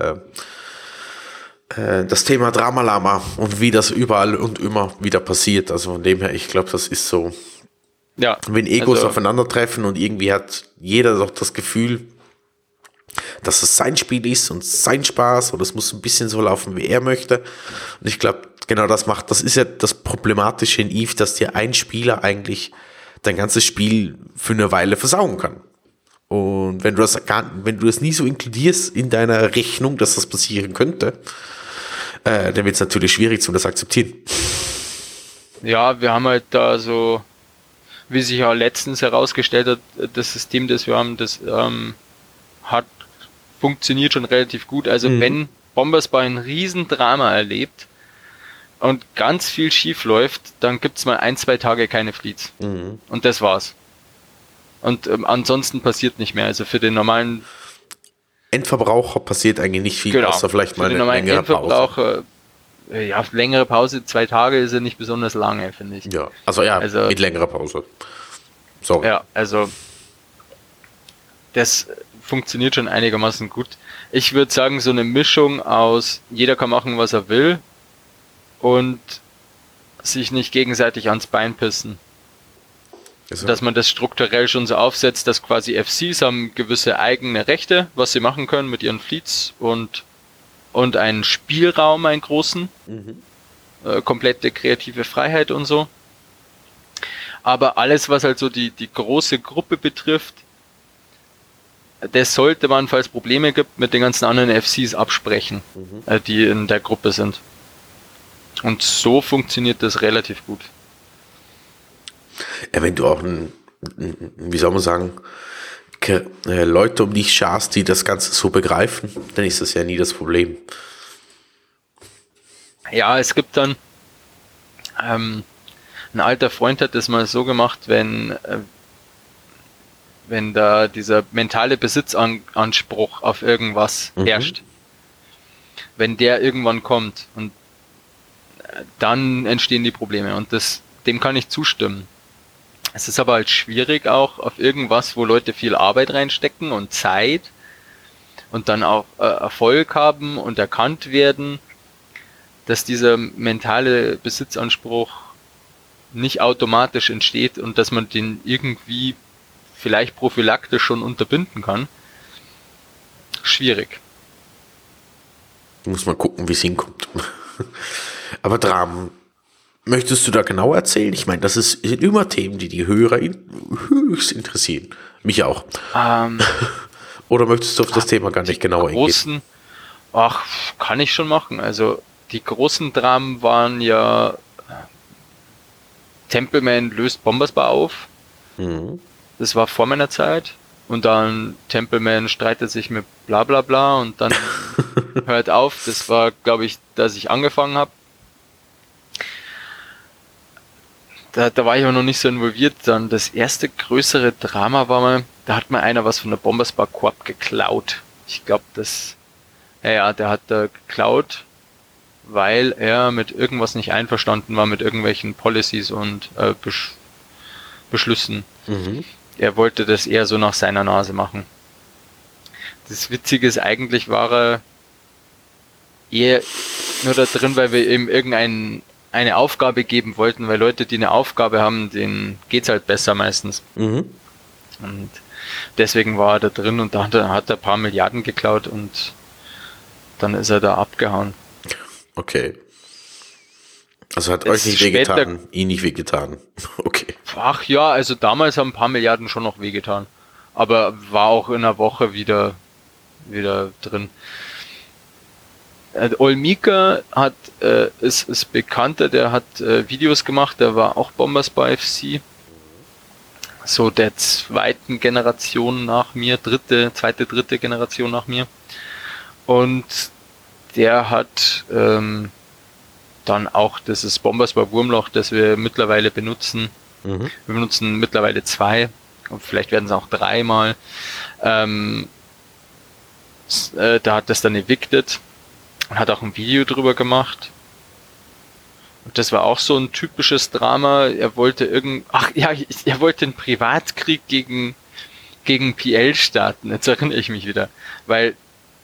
Thema Dramalama und wie das überall und immer wieder passiert. Also von dem her, ich glaube, das ist so, ja, wenn Egos aufeinandertreffen und irgendwie hat jeder doch das Gefühl, dass es sein Spiel ist und sein Spaß und es muss ein bisschen so laufen, wie er möchte. Und ich glaube, genau das ist ja das Problematische in EVE, dass dir ein Spieler eigentlich dein ganzes Spiel für eine Weile versauen kann. Und wenn du das nie so inkludierst in deiner Rechnung, dass das passieren könnte, dann wird es natürlich schwierig zu das akzeptieren. Ja, wir haben halt da so, wie sich ja letztens herausgestellt hat, das System, das wir haben, das funktioniert schon relativ gut. Also wenn Bombersbar ein Riesendrama erlebt und ganz viel schief läuft, dann gibt es mal 1-2 Tage keine Fleets. Und das war's. Und ansonsten passiert nicht mehr. Also für den normalen Endverbraucher passiert eigentlich nicht viel, außer vielleicht mal eine längere Pause. Längere Pause, 2 Tage ist ja nicht besonders lange, finde ich. Ja, also mit längerer Pause. Sorry. Ja, also das funktioniert schon einigermaßen gut. Ich würde sagen, so eine Mischung aus jeder kann machen, was er will und sich nicht gegenseitig ans Bein pissen. Dass man das strukturell schon so aufsetzt, dass quasi FCs haben gewisse eigene Rechte, was sie machen können mit ihren Fleets und einen Spielraum, einen großen, komplette kreative Freiheit und so. Aber alles, was halt so die große Gruppe betrifft, das sollte man, falls Probleme gibt, mit den ganzen anderen FCs absprechen, die in der Gruppe sind. Und so funktioniert das relativ gut. Ja, wenn du auch wie soll man sagen, Leute um dich scharst, die das Ganze so begreifen, dann ist das ja nie das Problem. Ja, es gibt dann ein alter Freund hat das mal so gemacht, wenn da dieser mentale Besitzanspruch auf irgendwas herrscht, wenn der irgendwann kommt und dann entstehen die Probleme und dem kann ich zustimmen. Es ist aber halt schwierig auch auf irgendwas, wo Leute viel Arbeit reinstecken und Zeit und dann auch Erfolg haben und erkannt werden, dass dieser mentale Besitzanspruch nicht automatisch entsteht und dass man den irgendwie vielleicht prophylaktisch schon unterbinden kann. Schwierig. Muss man gucken, wie es hinkommt. Aber Dramen, möchtest du da genau erzählen? Ich meine, sind immer Themen, die die Hörer höchst interessieren. Mich auch. Oder möchtest du auf das Thema gar nicht genauer eingehen? Kann ich schon machen. Also die großen Dramen waren ja Templeman löst Bombersbar auf. Das war vor meiner Zeit. Und dann Templeman streitet sich mit bla bla bla und dann hört auf. Das war, glaube ich, dass ich angefangen habe. Da war ich aber noch nicht so involviert. Dann das erste größere Drama war mal, da hat mal einer was von der Bombersbar Corp geklaut. Ich glaube, der hat da geklaut, weil er mit irgendwas nicht einverstanden war, mit irgendwelchen Policies und Beschlüssen. Er wollte das eher so nach seiner Nase machen. Das Witzige ist, eigentlich war er eher nur da drin, weil wir ihm eine Aufgabe geben wollten, weil Leute, die eine Aufgabe haben, denen geht's halt besser meistens. Und deswegen war er da drin und da hat er ein paar Milliarden geklaut und dann ist er da abgehauen. Okay. Also hat euch nicht wehgetan, ihn nicht wehgetan. Okay. Ach ja, also damals haben ein paar Milliarden schon noch wehgetan. Aber war auch in einer Woche wieder drin. Olmika ist bekannter, der hat Videos gemacht, der war auch Bombersbar FC. So der zweite, dritte Generation nach mir. Und der hat dann auch dieses Bombersbar Wurmloch, das wir mittlerweile benutzen. Wir benutzen mittlerweile 2 und vielleicht werden es auch 3 mal. Da hat das dann evicted und hat auch ein Video drüber gemacht. Und das war auch so ein typisches Drama. Er wollte er wollte einen Privatkrieg gegen PL starten. Jetzt erinnere ich mich wieder. Weil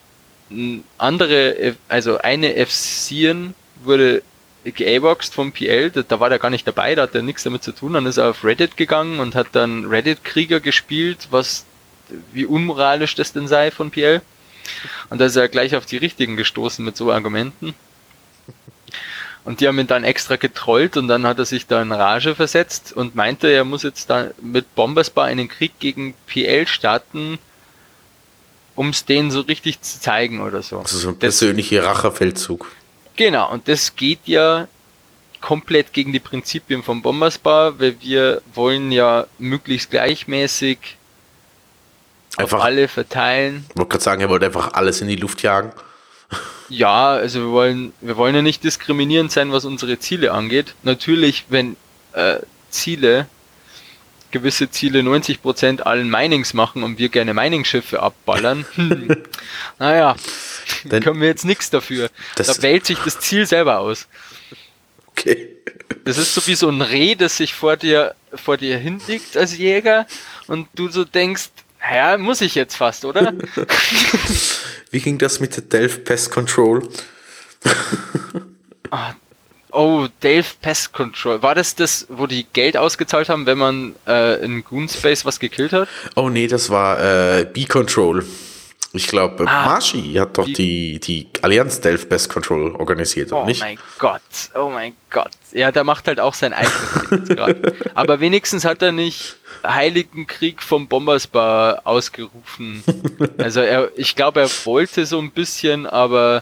eine FCN wurde geaboxt vom PL, da war der gar nicht dabei, da hat er nichts damit zu tun, dann ist er auf Reddit gegangen und hat dann Reddit-Krieger gespielt, wie unmoralisch das denn sei von PL. Und da ist er gleich auf die Richtigen gestoßen mit so Argumenten. Und die haben ihn dann extra getrollt und dann hat er sich da in Rage versetzt und meinte, er muss jetzt da mit Bombersbar einen Krieg gegen PL starten, um es denen so richtig zu zeigen oder so. Also so ein persönlicher Rachefeldzug. Genau, und das geht ja komplett gegen die Prinzipien von Bombersbar, weil wir wollen ja möglichst gleichmäßig Einfach auf alle verteilen. Ich wollte gerade sagen, er wollte einfach alles in die Luft jagen. Ja, also wir wollen ja nicht diskriminierend sein, was unsere Ziele angeht. Natürlich, wenn gewisse Ziele 90% allen Minings machen und wir gerne Mining-Schiffe abballern, naja, dann können wir jetzt nichts dafür. Da wählt sich das Ziel selber aus. Okay. Das ist so wie so ein Reh, das sich vor dir hinlegt als Jäger und du so denkst, ja, muss ich jetzt fast, oder? Wie ging das mit der Delph Pest Control? Delph Pest Control. War das, wo die Geld ausgezahlt haben, wenn man in Goonspace was gekillt hat? Oh nee, das war Bee Control. Ich glaube, Marschi hat doch die Allianz Delph Pest Control organisiert, oder nicht? Oh mein Gott. Ja, der macht halt auch sein eigenes gerade. Aber wenigstens hat er nicht Heiligen Krieg vom Bombersbar ausgerufen. Also ich glaube, er wollte so ein bisschen, aber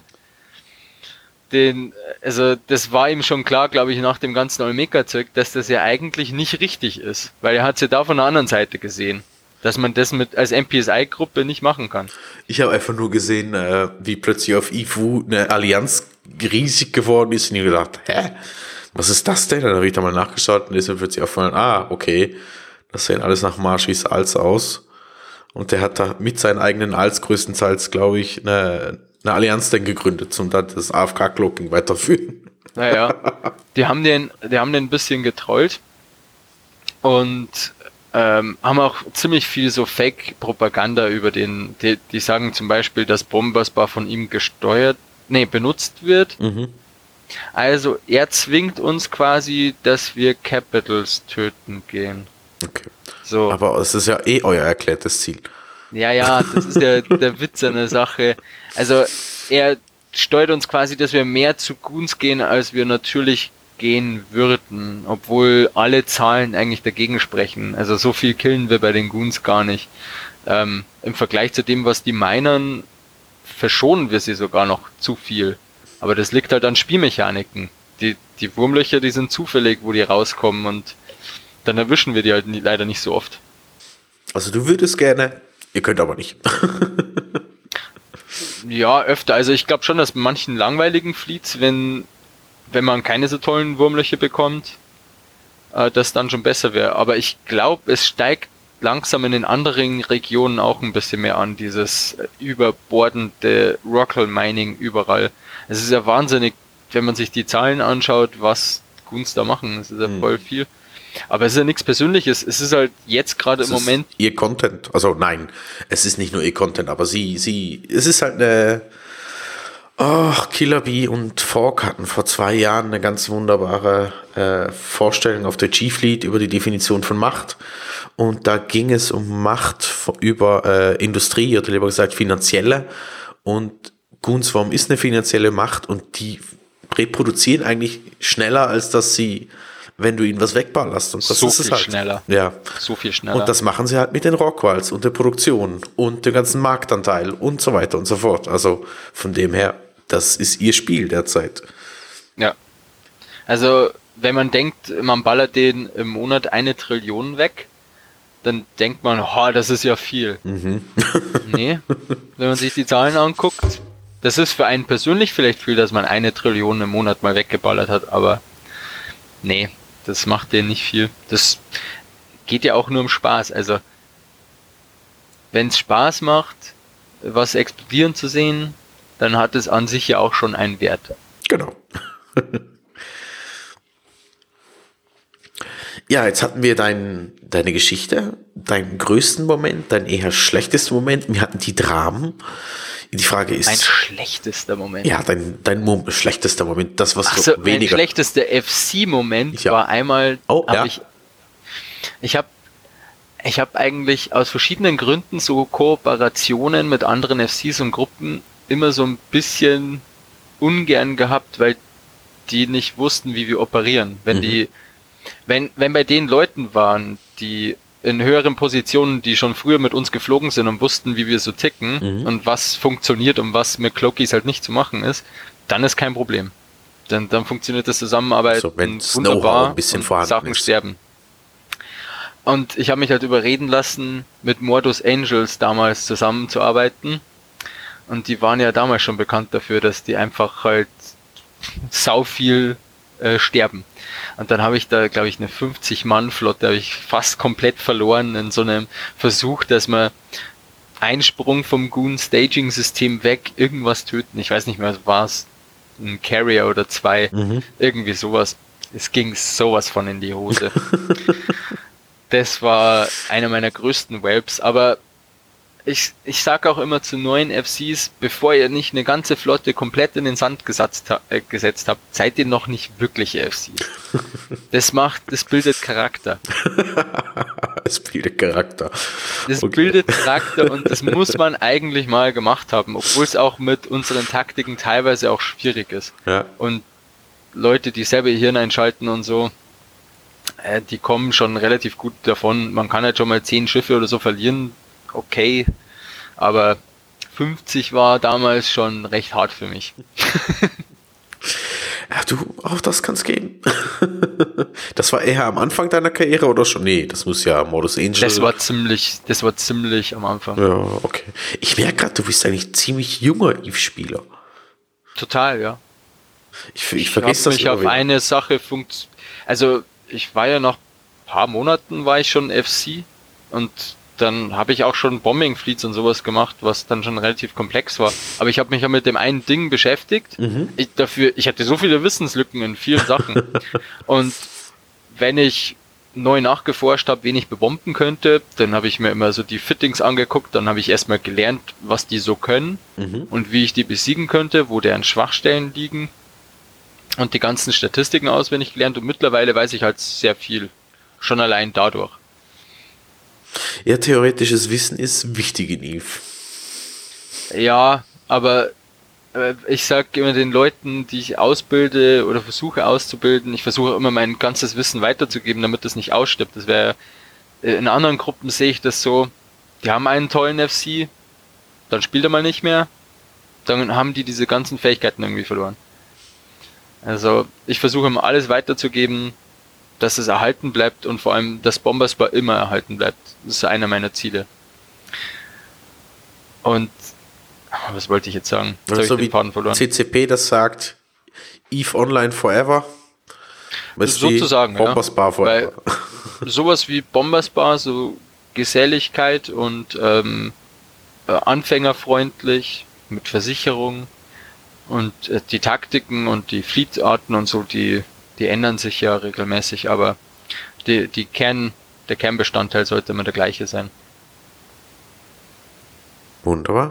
das war ihm schon klar, glaube ich, nach dem ganzen Olmeka-Zeug, dass das ja eigentlich nicht richtig ist. Weil er hat es ja da von der anderen Seite gesehen, dass man das als MPSI-Gruppe nicht machen kann. Ich habe einfach nur gesehen, wie plötzlich auf IFU eine Allianz riesig geworden ist und ich gedacht, was ist das denn? Dann habe ich da mal nachgeschaut und ist mir plötzlich aufgefallen, okay, das sehen alles nach Marschis Als aus. Und der hat da mit seinen eigenen Als größtenteils, glaube ich, eine Allianz dann gegründet, um dann das AFK-Cloaking weiterführen. Naja, die haben den ein bisschen getrollt und haben auch ziemlich viel so Fake-Propaganda über die sagen zum Beispiel, dass Bombersbar von ihm benutzt wird. Mhm. Also er zwingt uns quasi, dass wir Capitals töten gehen. Okay. So. Aber es ist ja euer erklärtes Ziel. Ja, das ist ja der Witz an der Sache. Also er steuert uns quasi, dass wir mehr zu Goons gehen, als wir natürlich gehen würden, obwohl alle Zahlen eigentlich dagegen sprechen. Also so viel killen wir bei den Goons gar nicht. Im Vergleich zu dem, was die minern, verschonen wir sie sogar noch zu viel. Aber das liegt halt an Spielmechaniken. Die Wurmlöcher, die sind zufällig, wo die rauskommen und dann erwischen wir die halt leider nicht so oft. Also du würdest gerne, ihr könnt aber nicht. Ja, öfter. Also ich glaube schon, dass manchen langweiligen Fleets, wenn man keine so tollen Wurmlöcher bekommt, das dann schon besser wäre. Aber ich glaube, es steigt langsam in den anderen Regionen auch ein bisschen mehr an, dieses überbordende Rockall Mining überall. Es ist ja wahnsinnig, wenn man sich die Zahlen anschaut, was Goons da machen. Es ist ja voll viel. Aber es ist ja nichts Persönliches. Es ist halt jetzt gerade im Moment ihr Content. Also nein, es ist nicht nur ihr Content, aber es ist halt eine Killer Bee und Fork hatten vor 2 Jahren eine ganz wunderbare Vorstellung auf der G-Fleet über die Definition von Macht. Und da ging es um Macht über Industrie oder lieber gesagt finanzielle. Und Goonswarm ist eine finanzielle Macht und die reproduzieren eigentlich schneller, als dass sie, wenn du ihnen was wegballerst. Und das so ist viel es halt. Schneller. Ja. So viel schneller. Und das machen sie halt mit den Rockwalls und der Produktion und dem ganzen Marktanteil und so weiter und so fort. Also von dem her das ist ihr Spiel derzeit. Ja. Also, wenn man denkt, man ballert den im Monat 1 Trillion weg, dann denkt man, das ist ja viel. Nee, wenn man sich die Zahlen anguckt, das ist für einen persönlich vielleicht viel, dass man 1 Trillion im Monat mal weggeballert hat, aber nee, das macht denen nicht viel. Das geht ja auch nur um Spaß. Also, wenn es Spaß macht, was explodieren zu sehen, dann hat es an sich ja auch schon einen Wert. Genau. Ja, jetzt hatten wir deine Geschichte, deinen größten Moment, deinen eher schlechtesten Moment. Wir hatten die Dramen. Die Frage ist... Mein schlechtester Moment. Ja, dein schlechtester Moment, das, was so, du weniger... Mein schlechtester FC-Moment war einmal... Ich habe eigentlich aus verschiedenen Gründen so Kooperationen mit anderen FCs und Gruppen immer so ein bisschen ungern gehabt, weil die nicht wussten, wie wir operieren. Wenn bei den Leuten waren, die in höheren Positionen, die schon früher mit uns geflogen sind und wussten, wie wir so ticken und was funktioniert und was mit Cloakies halt nicht zu machen ist, dann ist kein Problem. Dann funktioniert das Zusammenarbeiten wunderbar, ein bisschen und Sachen ist. sterben. Und ich habe mich halt überreden lassen, mit Mordus Angels damals zusammenzuarbeiten. Und die waren ja damals schon bekannt dafür, dass die einfach halt sau viel sterben. Und dann habe ich da, glaube ich, eine 50-Mann-Flotte, habe ich fast komplett verloren in so einem Versuch, dass man Einsprung vom Goon-Staging-System weg, irgendwas töten. Ich weiß nicht mehr, war es ein Carrier oder 2, irgendwie sowas. Es ging sowas von in die Hose. Das war einer meiner größten Whelps, aber ich sage auch immer zu neuen FCs, bevor ihr nicht eine ganze Flotte komplett in den Sand gesetzt habt, seid ihr noch nicht wirkliche FCs. Das bildet Charakter. Es bildet Charakter. Das bildet Charakter und das muss man eigentlich mal gemacht haben, obwohl es auch mit unseren Taktiken teilweise auch schwierig ist. Ja. Und Leute, die selber ihr Hirn einschalten und so, die kommen schon relativ gut davon. Man kann halt schon mal 10 Schiffe oder so verlieren, okay, aber 50 war damals schon recht hart für mich. Ja, auch das kann's gehen. Das war eher am Anfang deiner Karriere oder schon? Nee, das muss ja Mordus Angel. Das war ziemlich am Anfang. Ja, okay. Ich merke gerade, du bist eigentlich ziemlich junger Eve-Spieler. Total, ja. Ich vergesse das mich auf wieder. eine Sache also ich war ja nach ein paar Monaten war ich schon FC und dann habe ich auch schon Bombing Fleets und sowas gemacht, was dann schon relativ komplex war. Aber ich habe mich ja mit dem einen Ding beschäftigt. Ich hatte so viele Wissenslücken in vielen Sachen. Und wenn ich neu nachgeforscht habe, wen ich bebomben könnte, dann habe ich mir immer so die Fittings angeguckt, dann habe ich erstmal gelernt, was die so können und wie ich die besiegen könnte, wo deren Schwachstellen liegen und die ganzen Statistiken auswendig gelernt und mittlerweile weiß ich halt sehr viel. Schon allein dadurch. Ja, theoretisches Wissen ist wichtig in Eve. Ja, aber ich sag immer den Leuten, die ich ausbilde oder versuche auszubilden, ich versuche immer mein ganzes Wissen weiterzugeben, damit das nicht ausstirbt. Das wäre, in anderen Gruppen sehe ich das so, die haben einen tollen FC, dann spielt er mal nicht mehr, dann haben die diese ganzen Fähigkeiten irgendwie verloren. Also ich versuche immer alles weiterzugeben, dass es erhalten bleibt und vor allem, dass Bomberspar immer erhalten bleibt. Das ist einer meiner Ziele. Und was wollte ich jetzt sagen? Jetzt Also habe ich den Faden verloren. CCP, das sagt Eve Online Forever. Sozusagen, Bomberspar Forever. Weil sowas wie Bomberspar, so Geselligkeit und anfängerfreundlich mit Versicherung und die Taktiken und die Fleetarten und so, die ändern sich ja regelmäßig, aber der Kernbestandteil sollte immer der gleiche sein. Wunderbar.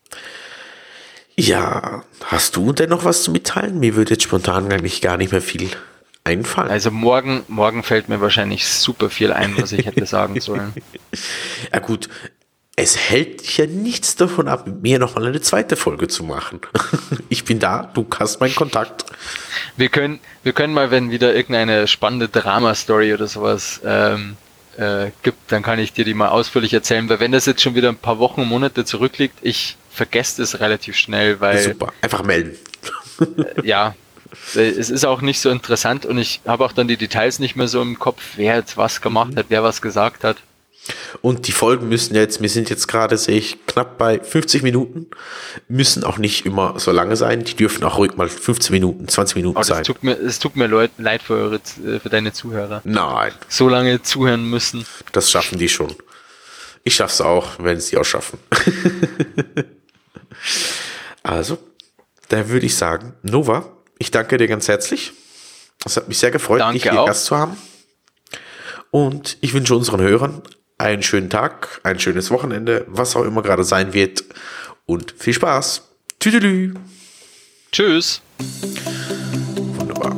Ja, hast du denn noch was zu mitteilen? Mir würde jetzt spontan eigentlich gar nicht mehr viel einfallen. Also morgen fällt mir wahrscheinlich super viel ein, was ich hätte sagen sollen. Ja gut, es hält dich ja nichts davon ab, mit mir nochmal eine zweite Folge zu machen. Ich bin da, du hast meinen Kontakt. Wir können mal, wenn wieder irgendeine spannende Drama-Story oder sowas gibt, dann kann ich dir die mal ausführlich erzählen, weil wenn das jetzt schon wieder ein paar Wochen und Monate zurückliegt, ich vergesst es relativ schnell, weil Super, einfach melden. ja, es ist auch nicht so interessant und ich habe auch dann die Details nicht mehr so im Kopf, wer jetzt was gemacht hat, wer was gesagt hat. Und die Folgen müssen jetzt, wir sind jetzt gerade, sehe ich, knapp bei 50 Minuten, müssen auch nicht immer so lange sein. Die dürfen auch ruhig mal 15 Minuten, 20 Minuten sein. Es tut mir leid für deine Zuhörer. Nein. So lange zuhören müssen. Das schaffen die schon. Ich schaff's auch, wenn sie auch schaffen. Also, da würde ich sagen, Nova, ich danke dir ganz herzlich. Es hat mich sehr gefreut, dich hier Gast zu haben. Und ich wünsche unseren Hörern einen schönen Tag, ein schönes Wochenende, was auch immer gerade sein wird. Und viel Spaß. Tüdelü. Tschüss. Wunderbar.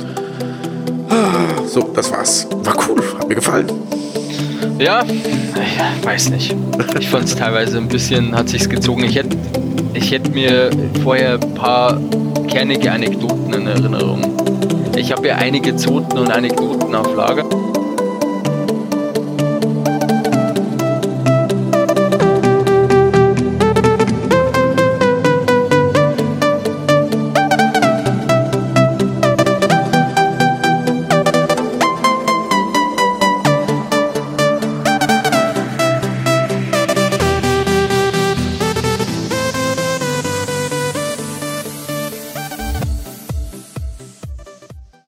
So, das war's. War cool, hat mir gefallen. Ja, weiß nicht. Ich fand es teilweise ein bisschen, hat sich's gezogen. Ich hätte mir vorher ein paar kernige Anekdoten in Erinnerung. Ich habe ja einige Zoten und Anekdoten auf Lager.